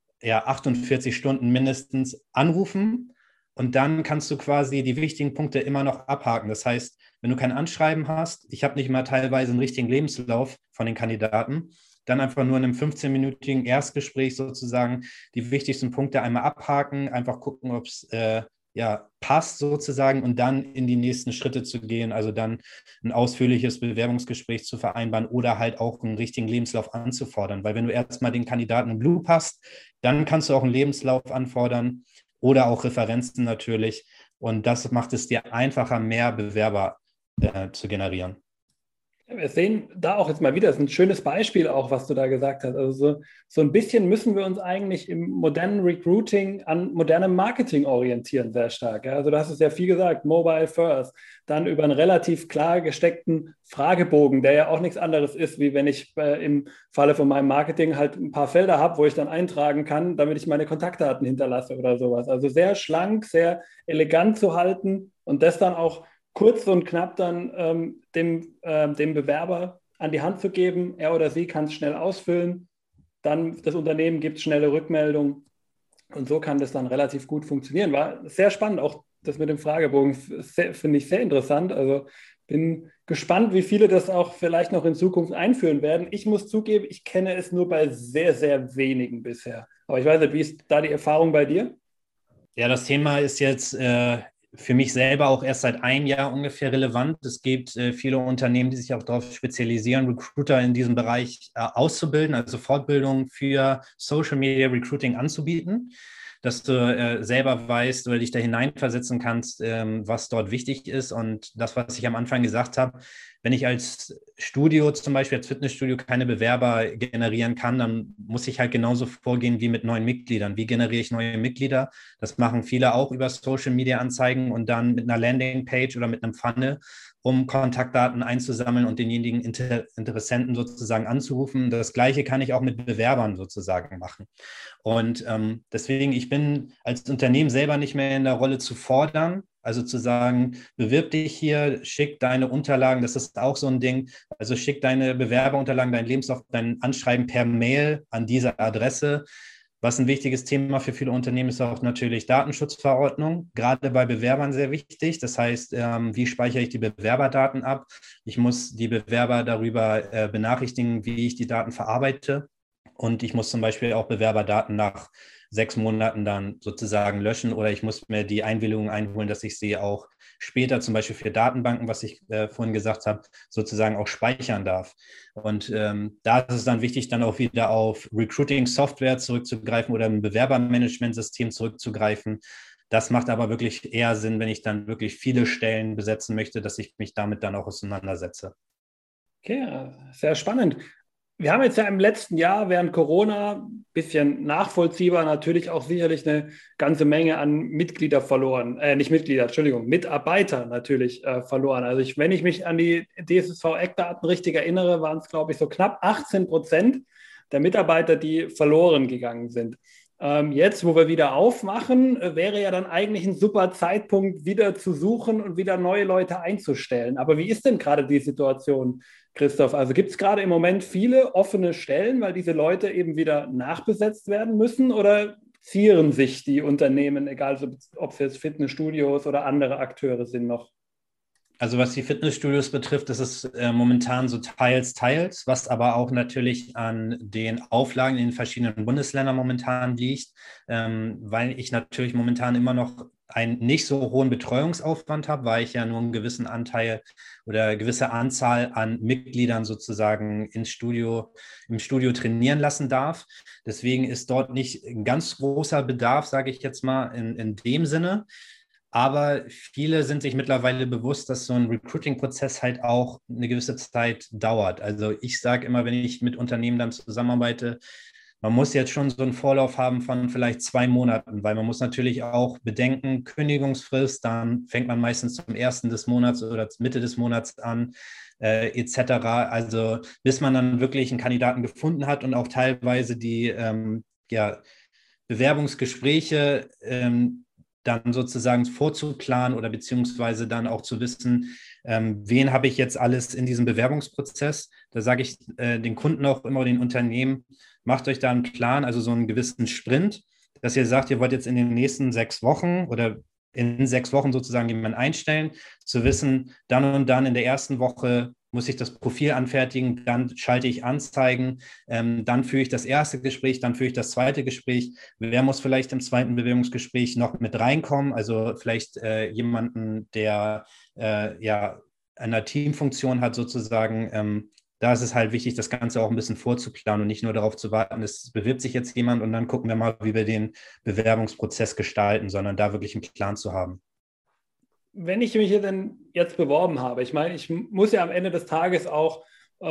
48 Stunden mindestens anrufen. Und dann kannst du quasi die wichtigen Punkte immer noch abhaken. Das heißt, wenn du kein Anschreiben hast, ich habe nicht mal teilweise einen richtigen Lebenslauf von den Kandidaten, dann einfach nur in einem 15-minütigen Erstgespräch sozusagen die wichtigsten Punkte einmal abhaken, einfach gucken, ob es passt sozusagen und dann in die nächsten Schritte zu gehen, also dann ein ausführliches Bewerbungsgespräch zu vereinbaren oder halt auch einen richtigen Lebenslauf anzufordern, weil wenn du erstmal den Kandidaten im Loop hast, dann kannst du auch einen Lebenslauf anfordern oder auch Referenzen natürlich und das macht es dir einfacher, mehr Bewerber zu generieren. Wir sehen da auch jetzt mal wieder, das ist ein schönes Beispiel auch, was du da gesagt hast. Also so ein bisschen müssen wir uns eigentlich im modernen Recruiting an modernem Marketing orientieren, sehr stark. Ja? Also du hast es ja viel gesagt, Mobile First, dann über einen relativ klar gesteckten Fragebogen, der ja auch nichts anderes ist, wie wenn ich im Falle von meinem Marketing halt ein paar Felder habe, wo ich dann eintragen kann, damit ich meine Kontaktdaten hinterlasse oder sowas. Also sehr schlank, sehr elegant zu halten und das dann auch kurz und knapp dann dem Bewerber an die Hand zu geben. Er oder sie kann es schnell ausfüllen. Dann das Unternehmen gibt schnelle Rückmeldung. Und so kann das dann relativ gut funktionieren. War sehr spannend. Auch das mit dem Fragebogen finde ich sehr interessant. Also bin gespannt, wie viele das auch vielleicht noch in Zukunft einführen werden. Ich muss zugeben, ich kenne es nur bei sehr, sehr wenigen bisher. Aber ich weiß nicht, wie ist da die Erfahrung bei dir? Ja, das Thema ist jetzt für mich selber auch erst seit einem Jahr ungefähr relevant. Es gibt viele Unternehmen, die sich auch darauf spezialisieren, Recruiter in diesem Bereich auszubilden, also Fortbildung für Social Media Recruiting anzubieten, dass du selber weißt oder dich da hineinversetzen kannst, was dort wichtig ist. Und das, was ich am Anfang gesagt habe, wenn ich als Studio, zum Beispiel als Fitnessstudio, keine Bewerber generieren kann, dann muss ich halt genauso vorgehen wie mit neuen Mitgliedern. Wie generiere ich neue Mitglieder? Das machen viele auch über Social-Media-Anzeigen und dann mit einer Landingpage oder mit einem Funnel, um Kontaktdaten einzusammeln und denjenigen Interessenten sozusagen anzurufen. Das Gleiche kann ich auch mit Bewerbern sozusagen machen. Und deswegen, ich bin als Unternehmen selber nicht mehr in der Rolle zu fordern, also zu sagen, bewirb dich hier, schick deine Unterlagen, das ist auch so ein Ding, also schick deine Bewerberunterlagen, dein Lebenslauf, dein Anschreiben per Mail an diese Adresse. Was ein wichtiges Thema für viele Unternehmen ist auch natürlich Datenschutzverordnung, gerade bei Bewerbern sehr wichtig. Das heißt, wie speichere ich die Bewerberdaten ab? Ich muss die Bewerber darüber benachrichtigen, wie ich die Daten verarbeite. Und ich muss zum Beispiel auch Bewerberdaten nach 6 Monaten dann sozusagen löschen oder ich muss mir die Einwilligung einholen, dass ich sie auch später zum Beispiel für Datenbanken, was ich vorhin gesagt habe, sozusagen auch speichern darf. Und da ist es dann wichtig, dann auch wieder auf Recruiting-Software zurückzugreifen oder ein Bewerbermanagementsystem zurückzugreifen. Das macht aber wirklich eher Sinn, wenn ich dann wirklich viele Stellen besetzen möchte, dass ich mich damit dann auch auseinandersetze. Okay, sehr spannend. Wir haben jetzt ja im letzten Jahr während Corona ein bisschen nachvollziehbar natürlich auch sicherlich eine ganze Menge an Mitglieder verloren. Nicht Mitglieder, Entschuldigung, Mitarbeiter natürlich verloren. Also wenn ich mich an die DSSV-Eckdaten richtig erinnere, waren es, glaube ich, so knapp 18% der Mitarbeiter, die verloren gegangen sind. Jetzt, wo wir wieder aufmachen, wäre ja dann eigentlich ein super Zeitpunkt, wieder zu suchen und wieder neue Leute einzustellen. Aber wie ist denn gerade die Situation, Christoph? Also gibt es gerade im Moment viele offene Stellen, weil diese Leute eben wieder nachbesetzt werden müssen, oder zieren sich die Unternehmen, egal ob es jetzt Fitnessstudios oder andere Akteure sind, noch? Also was die Fitnessstudios betrifft, ist es momentan so teils, was aber auch natürlich an den Auflagen in den verschiedenen Bundesländern momentan liegt, weil ich natürlich momentan immer noch einen nicht so hohen Betreuungsaufwand habe, weil ich ja nur einen gewissen Anteil oder eine gewisse Anzahl an Mitgliedern sozusagen im Studio trainieren lassen darf. Deswegen ist dort nicht ein ganz großer Bedarf, sage ich jetzt mal, in dem Sinne. Aber viele sind sich mittlerweile bewusst, dass so ein Recruiting-Prozess halt auch eine gewisse Zeit dauert. Also ich sage immer, wenn ich mit Unternehmen dann zusammenarbeite, man muss jetzt schon so einen Vorlauf haben von vielleicht 2 Monaten, weil man muss natürlich auch bedenken, Kündigungsfrist, dann fängt man meistens zum 1. des Monats oder Mitte des Monats an, etc. Also bis man dann wirklich einen Kandidaten gefunden hat und auch teilweise die Bewerbungsgespräche dann sozusagen vorzuplanen oder beziehungsweise dann auch zu wissen, wen habe ich jetzt alles in diesem Bewerbungsprozess. Da sage ich den Kunden auch immer, den Unternehmen, macht euch da einen Plan, also so einen gewissen Sprint, dass ihr sagt, ihr wollt jetzt in den nächsten 6 Wochen oder in 6 Wochen sozusagen jemanden einstellen, zu wissen, dann und dann in der ersten Woche muss ich das Profil anfertigen, dann schalte ich Anzeigen, dann führe ich das erste Gespräch, dann führe ich das zweite Gespräch. Wer muss vielleicht im zweiten Bewerbungsgespräch noch mit reinkommen? Also vielleicht jemanden, der eine Teamfunktion hat sozusagen. Da ist es halt wichtig, das Ganze auch ein bisschen vorzuplanen und nicht nur darauf zu warten, es bewirbt sich jetzt jemand und dann gucken wir mal, wie wir den Bewerbungsprozess gestalten, sondern da wirklich einen Plan zu haben. Wenn ich mich hier denn jetzt beworben habe, ich meine, ich muss ja am Ende des Tages auch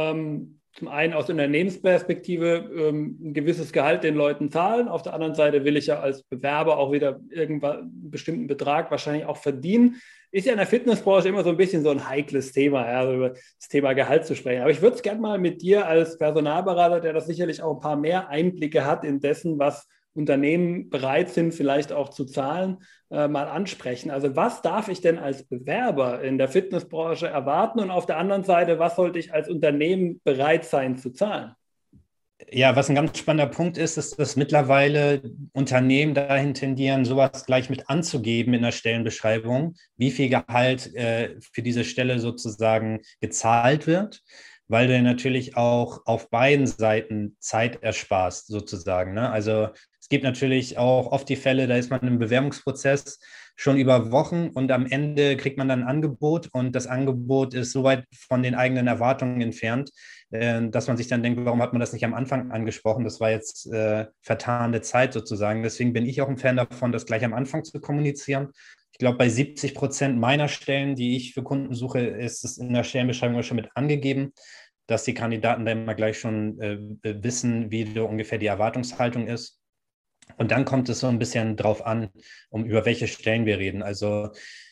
zum einen aus Unternehmensperspektive ein gewisses Gehalt den Leuten zahlen. Auf der anderen Seite will ich ja als Bewerber auch wieder irgendwann einen bestimmten Betrag wahrscheinlich auch verdienen. Ist ja in der Fitnessbranche immer so ein bisschen so ein heikles Thema, ja, über das Thema Gehalt zu sprechen. Aber ich würde es gerne mal mit dir als Personalberater, der das sicherlich auch ein paar mehr Einblicke hat in dessen, was Unternehmen bereit sind, vielleicht auch zu zahlen, mal ansprechen. Also was darf ich denn als Bewerber in der Fitnessbranche erwarten? Und auf der anderen Seite, was sollte ich als Unternehmen bereit sein zu zahlen? Ja, was ein ganz spannender Punkt ist, ist, dass mittlerweile Unternehmen dahin tendieren, sowas gleich mit anzugeben in der Stellenbeschreibung, wie viel Gehalt für diese Stelle sozusagen gezahlt wird, weil du natürlich auch auf beiden Seiten Zeit ersparst sozusagen, ne? Also es gibt natürlich auch oft die Fälle, da ist man im Bewerbungsprozess schon über Wochen und am Ende kriegt man dann ein Angebot und das Angebot ist so weit von den eigenen Erwartungen entfernt, dass man sich dann denkt, warum hat man das nicht am Anfang angesprochen? Das war jetzt vertane Zeit sozusagen. Deswegen bin ich auch ein Fan davon, das gleich am Anfang zu kommunizieren. Ich glaube, bei 70% meiner Stellen, die ich für Kunden suche, ist es in der Stellenbeschreibung schon mit angegeben, dass die Kandidaten dann immer gleich schon wissen, wie ungefähr die Erwartungshaltung ist. Und dann kommt es so ein bisschen drauf an, über welche Stellen wir reden. Also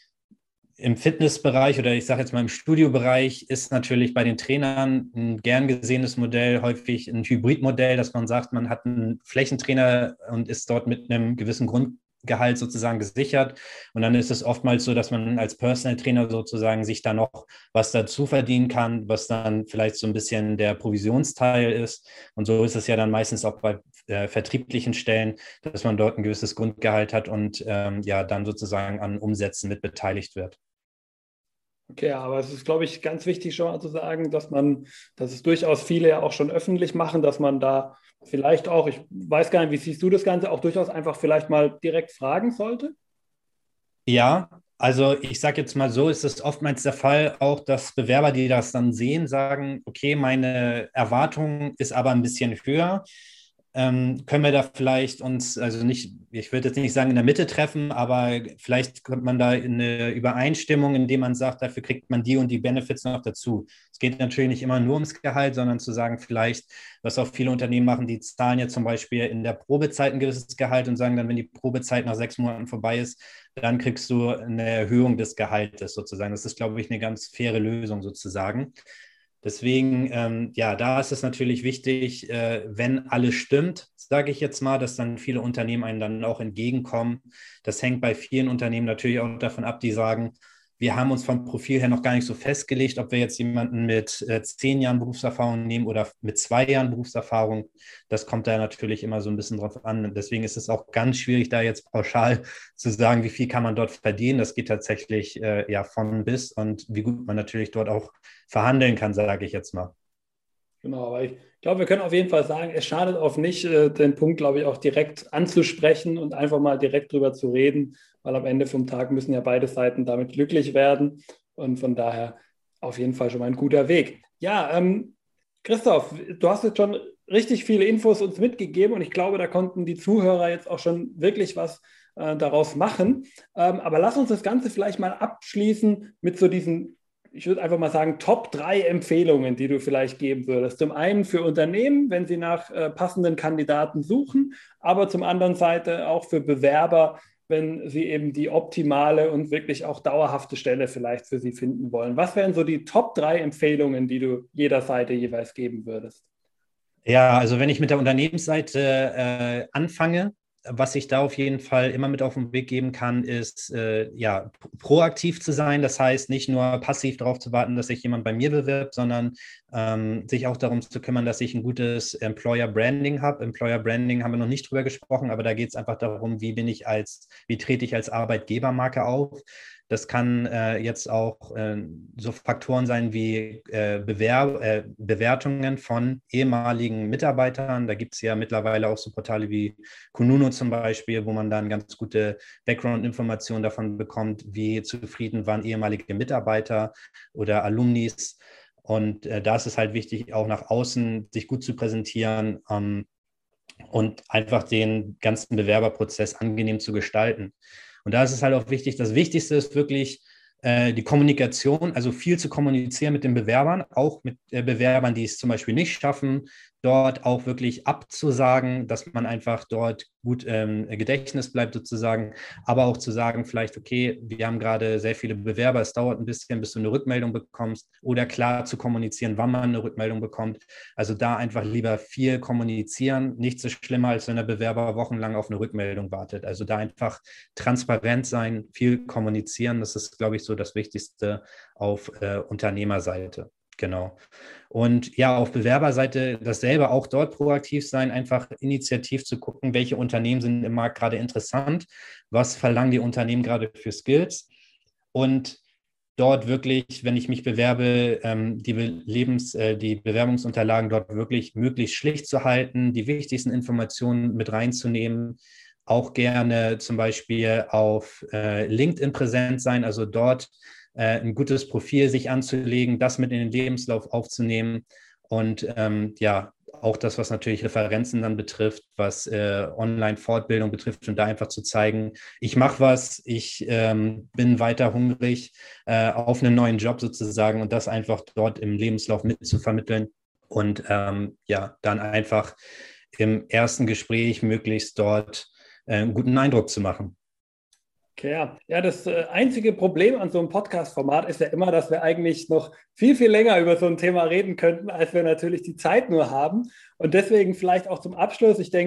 im Fitnessbereich oder ich sage jetzt mal im Studiobereich ist natürlich bei den Trainern ein gern gesehenes Modell häufig ein Hybridmodell, dass man sagt, man hat einen Flächentrainer und ist dort mit einem gewissen Grundgehalt sozusagen gesichert. Und dann ist es oftmals so, dass man als Personal Trainer sozusagen sich da noch was dazu verdienen kann, was dann vielleicht so ein bisschen der Provisionsteil ist. Und so ist es ja dann meistens auch bei vertrieblichen Stellen, dass man dort ein gewisses Grundgehalt hat und dann sozusagen an Umsätzen mit beteiligt wird. Okay, aber es ist, glaube ich, ganz wichtig schon mal zu sagen, dass es durchaus viele ja auch schon öffentlich machen, dass man da vielleicht auch, ich weiß gar nicht, wie siehst du das Ganze, auch durchaus einfach vielleicht mal direkt fragen sollte? Ja, also ich sage jetzt mal so, ist es oftmals der Fall auch, dass Bewerber, die das dann sehen, sagen, okay, meine Erwartung ist aber ein bisschen höher. Können wir da vielleicht uns, also nicht, ich würde jetzt nicht sagen in der Mitte treffen, aber vielleicht kommt man da in eine Übereinstimmung, indem man sagt, dafür kriegt man die und die Benefits noch dazu. Es geht natürlich nicht immer nur ums Gehalt, sondern zu sagen, vielleicht, was auch viele Unternehmen machen, die zahlen ja zum Beispiel in der Probezeit ein gewisses Gehalt und sagen dann, wenn die Probezeit nach 6 Monaten vorbei ist, dann kriegst du eine Erhöhung des Gehaltes sozusagen. Das ist, glaube ich, eine ganz faire Lösung sozusagen. Deswegen, da ist es natürlich wichtig, wenn alles stimmt, sage ich jetzt mal, dass dann viele Unternehmen einen dann auch entgegenkommen. Das hängt bei vielen Unternehmen natürlich auch davon ab, die sagen, wir haben uns vom Profil her noch gar nicht so festgelegt, ob wir jetzt jemanden mit 10 Jahren Berufserfahrung nehmen oder mit 2 Jahren Berufserfahrung. Das kommt da natürlich immer so ein bisschen drauf an. Deswegen ist es auch ganz schwierig, da jetzt pauschal zu sagen, wie viel kann man dort verdienen. Das geht tatsächlich von bis und wie gut man natürlich dort auch verhandeln kann, sage ich jetzt mal. Genau, aber ich glaube, wir können auf jeden Fall sagen, es schadet auch nicht, den Punkt, glaube ich, auch direkt anzusprechen und einfach mal direkt drüber zu reden, weil am Ende vom Tag müssen ja beide Seiten damit glücklich werden und von daher auf jeden Fall schon mal ein guter Weg. Ja, Christoph, du hast jetzt schon richtig viele Infos uns mitgegeben und ich glaube, da konnten die Zuhörer jetzt auch schon wirklich was daraus machen. Aber lass uns das Ganze vielleicht mal abschließen mit so diesen, ich würde einfach mal sagen, Top 3 Empfehlungen, die du vielleicht geben würdest. Zum einen für Unternehmen, wenn sie nach passenden Kandidaten suchen, aber zum anderen Seite auch für Bewerber, wenn sie eben die optimale und wirklich auch dauerhafte Stelle vielleicht für sie finden wollen. Was wären so die Top 3 Empfehlungen, die du jeder Seite jeweils geben würdest? Ja, also wenn ich mit der Unternehmensseite anfange, was ich da auf jeden Fall immer mit auf den Weg geben kann, ist proaktiv zu sein. Das heißt, nicht nur passiv darauf zu warten, dass sich jemand bei mir bewirbt, sondern sich auch darum zu kümmern, dass ich ein gutes Employer Branding habe. Employer Branding haben wir noch nicht drüber gesprochen, aber da geht es einfach darum, wie trete ich als Arbeitgebermarke auf. Das kann jetzt auch so Faktoren sein wie Bewertungen von ehemaligen Mitarbeitern. Da gibt es ja mittlerweile auch so Portale wie Kununu zum Beispiel, wo man dann ganz gute Background-Informationen davon bekommt, wie zufrieden waren ehemalige Mitarbeiter oder Alumnis. Und da ist es halt wichtig, auch nach außen sich gut zu präsentieren und einfach den ganzen Bewerberprozess angenehm zu gestalten. Und da ist es halt auch wichtig, das Wichtigste ist wirklich die Kommunikation, also viel zu kommunizieren mit den Bewerbern, auch mit Bewerbern, die es zum Beispiel nicht schaffen, dort auch wirklich abzusagen, dass man einfach dort gut Gedächtnis bleibt sozusagen, aber auch zu sagen vielleicht, okay, wir haben gerade sehr viele Bewerber, es dauert ein bisschen, bis du eine Rückmeldung bekommst oder klar zu kommunizieren, wann man eine Rückmeldung bekommt. Also da einfach lieber viel kommunizieren, nichts so schlimmer, als wenn der Bewerber wochenlang auf eine Rückmeldung wartet. Also da einfach transparent sein, viel kommunizieren, das ist, glaube ich, so das Wichtigste auf Unternehmerseite. Genau. Und ja, auf Bewerberseite dasselbe, auch dort proaktiv sein, einfach initiativ zu gucken, welche Unternehmen sind im Markt gerade interessant, was verlangen die Unternehmen gerade für Skills und dort wirklich, wenn ich mich bewerbe, die Bewerbungsunterlagen dort wirklich möglichst schlicht zu halten, die wichtigsten Informationen mit reinzunehmen, auch gerne zum Beispiel auf LinkedIn präsent sein, also dort ein gutes Profil sich anzulegen, das mit in den Lebenslauf aufzunehmen und auch das, was natürlich Referenzen dann betrifft, was Online-Fortbildung betrifft und da einfach zu zeigen, ich mache was, ich bin weiter hungrig auf einen neuen Job sozusagen und das einfach dort im Lebenslauf mitzuvermitteln und dann einfach im ersten Gespräch möglichst dort einen guten Eindruck zu machen. Okay, ja, das einzige Problem an so einem Podcast-Format ist ja immer, dass wir eigentlich noch viel, viel länger über so ein Thema reden könnten, als wir natürlich die Zeit nur haben. Und deswegen vielleicht auch zum Abschluss, ich denke,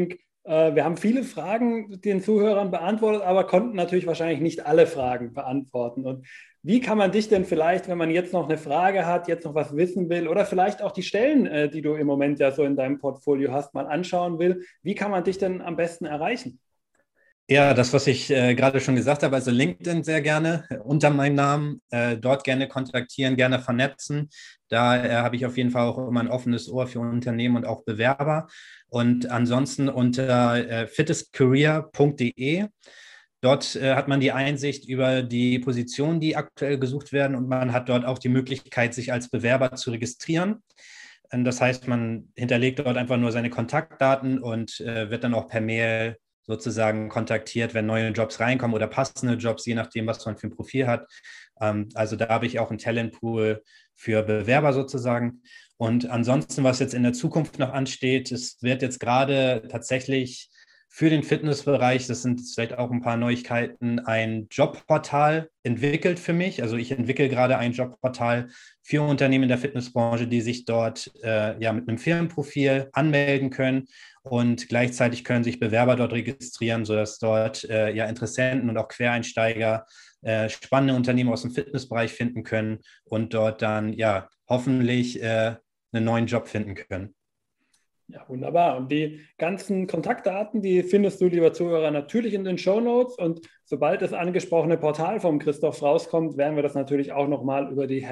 Wir haben viele Fragen den Zuhörern beantwortet, aber konnten natürlich wahrscheinlich nicht alle Fragen beantworten. Und wie kann man dich denn vielleicht, wenn man jetzt noch eine Frage hat, jetzt noch was wissen will oder vielleicht auch die Stellen, die du im Moment ja so in deinem Portfolio hast, mal anschauen will, wie kann man dich denn am besten erreichen? Ja, das, was ich gerade schon gesagt habe, also LinkedIn sehr gerne unter meinem Namen, dort gerne kontaktieren, gerne vernetzen. Da habe ich auf jeden Fall auch immer ein offenes Ohr für Unternehmen und auch Bewerber. Und ansonsten unter fittestcareer.de. Dort hat man die Einsicht über die Positionen, die aktuell gesucht werden, und man hat dort auch die Möglichkeit, sich als Bewerber zu registrieren. Das heißt, man hinterlegt dort einfach nur seine Kontaktdaten und wird dann auch per Mail sozusagen kontaktiert, wenn neue Jobs reinkommen oder passende Jobs, je nachdem, was man für ein Profil hat. Also da habe ich auch einen Talentpool für Bewerber sozusagen. Und ansonsten, was jetzt in der Zukunft noch ansteht, es wird jetzt gerade tatsächlich für den Fitnessbereich, das sind vielleicht auch ein paar Neuigkeiten, ein Jobportal entwickelt für mich. Also ich entwickle gerade ein Jobportal für Unternehmen in der Fitnessbranche, die sich dort ja mit einem Firmenprofil anmelden können, und gleichzeitig können sich Bewerber dort registrieren, sodass dort ja Interessenten und auch Quereinsteiger spannende Unternehmen aus dem Fitnessbereich finden können und dort dann ja hoffentlich einen neuen Job finden können. Ja, wunderbar. Und die ganzen Kontaktdaten, die findest du, lieber Zuhörer, natürlich in den Shownotes. Und sobald das angesprochene Portal vom Christoph rauskommt, werden wir das natürlich auch nochmal über die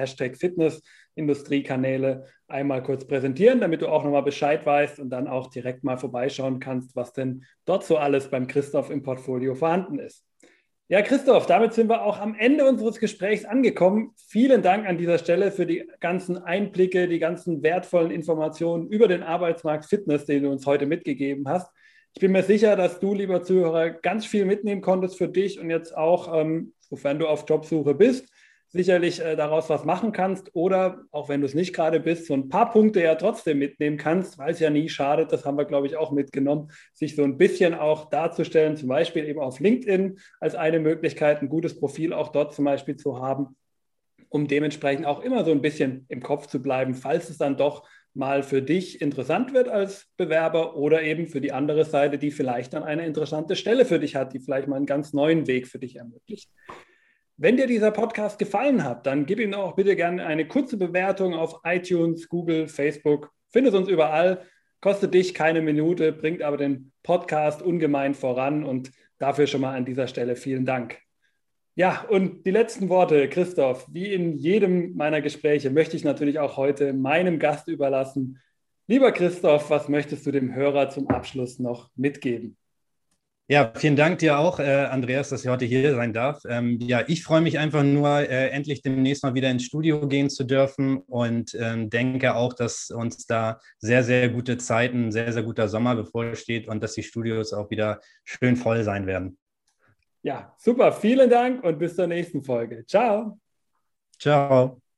#Fitness-Industrie-Kanäle einmal kurz präsentieren, damit du auch nochmal Bescheid weißt und dann auch direkt mal vorbeischauen kannst, was denn dort so alles beim Christoph im Portfolio vorhanden ist. Ja, Christoph, damit sind wir auch am Ende unseres Gesprächs angekommen. Vielen Dank an dieser Stelle für die ganzen Einblicke, die ganzen wertvollen Informationen über den Arbeitsmarkt Fitness, den du uns heute mitgegeben hast. Ich bin mir sicher, dass du, lieber Zuhörer, ganz viel mitnehmen konntest für dich und jetzt auch, sofern du auf Jobsuche bist, sicherlich daraus was machen kannst oder auch wenn du es nicht gerade bist, so ein paar Punkte ja trotzdem mitnehmen kannst, weil es ja nie schadet, das haben wir, glaube ich, auch mitgenommen, sich so ein bisschen auch darzustellen, zum Beispiel eben auf LinkedIn als eine Möglichkeit, ein gutes Profil auch dort zum Beispiel zu haben, um dementsprechend auch immer so ein bisschen im Kopf zu bleiben, falls es dann doch mal für dich interessant wird als Bewerber oder eben für die andere Seite, die vielleicht dann eine interessante Stelle für dich hat, die vielleicht mal einen ganz neuen Weg für dich ermöglicht. Wenn dir dieser Podcast gefallen hat, dann gib ihm auch bitte gerne eine kurze Bewertung auf iTunes, Google, Facebook. Findest uns überall, kostet dich keine Minute, bringt aber den Podcast ungemein voran und dafür schon mal an dieser Stelle vielen Dank. Ja, und die letzten Worte, Christoph, wie in jedem meiner Gespräche möchte ich natürlich auch heute meinem Gast überlassen. Lieber Christoph, was möchtest du dem Hörer zum Abschluss noch mitgeben? Ja, vielen Dank dir auch, Andreas, dass ich heute hier sein darf. Ja, ich freue mich einfach nur, endlich demnächst mal wieder ins Studio gehen zu dürfen, und denke auch, dass uns da sehr, sehr gute Zeiten, sehr, sehr guter Sommer bevorsteht und dass die Studios auch wieder schön voll sein werden. Ja, super, vielen Dank und bis zur nächsten Folge. Ciao. Ciao.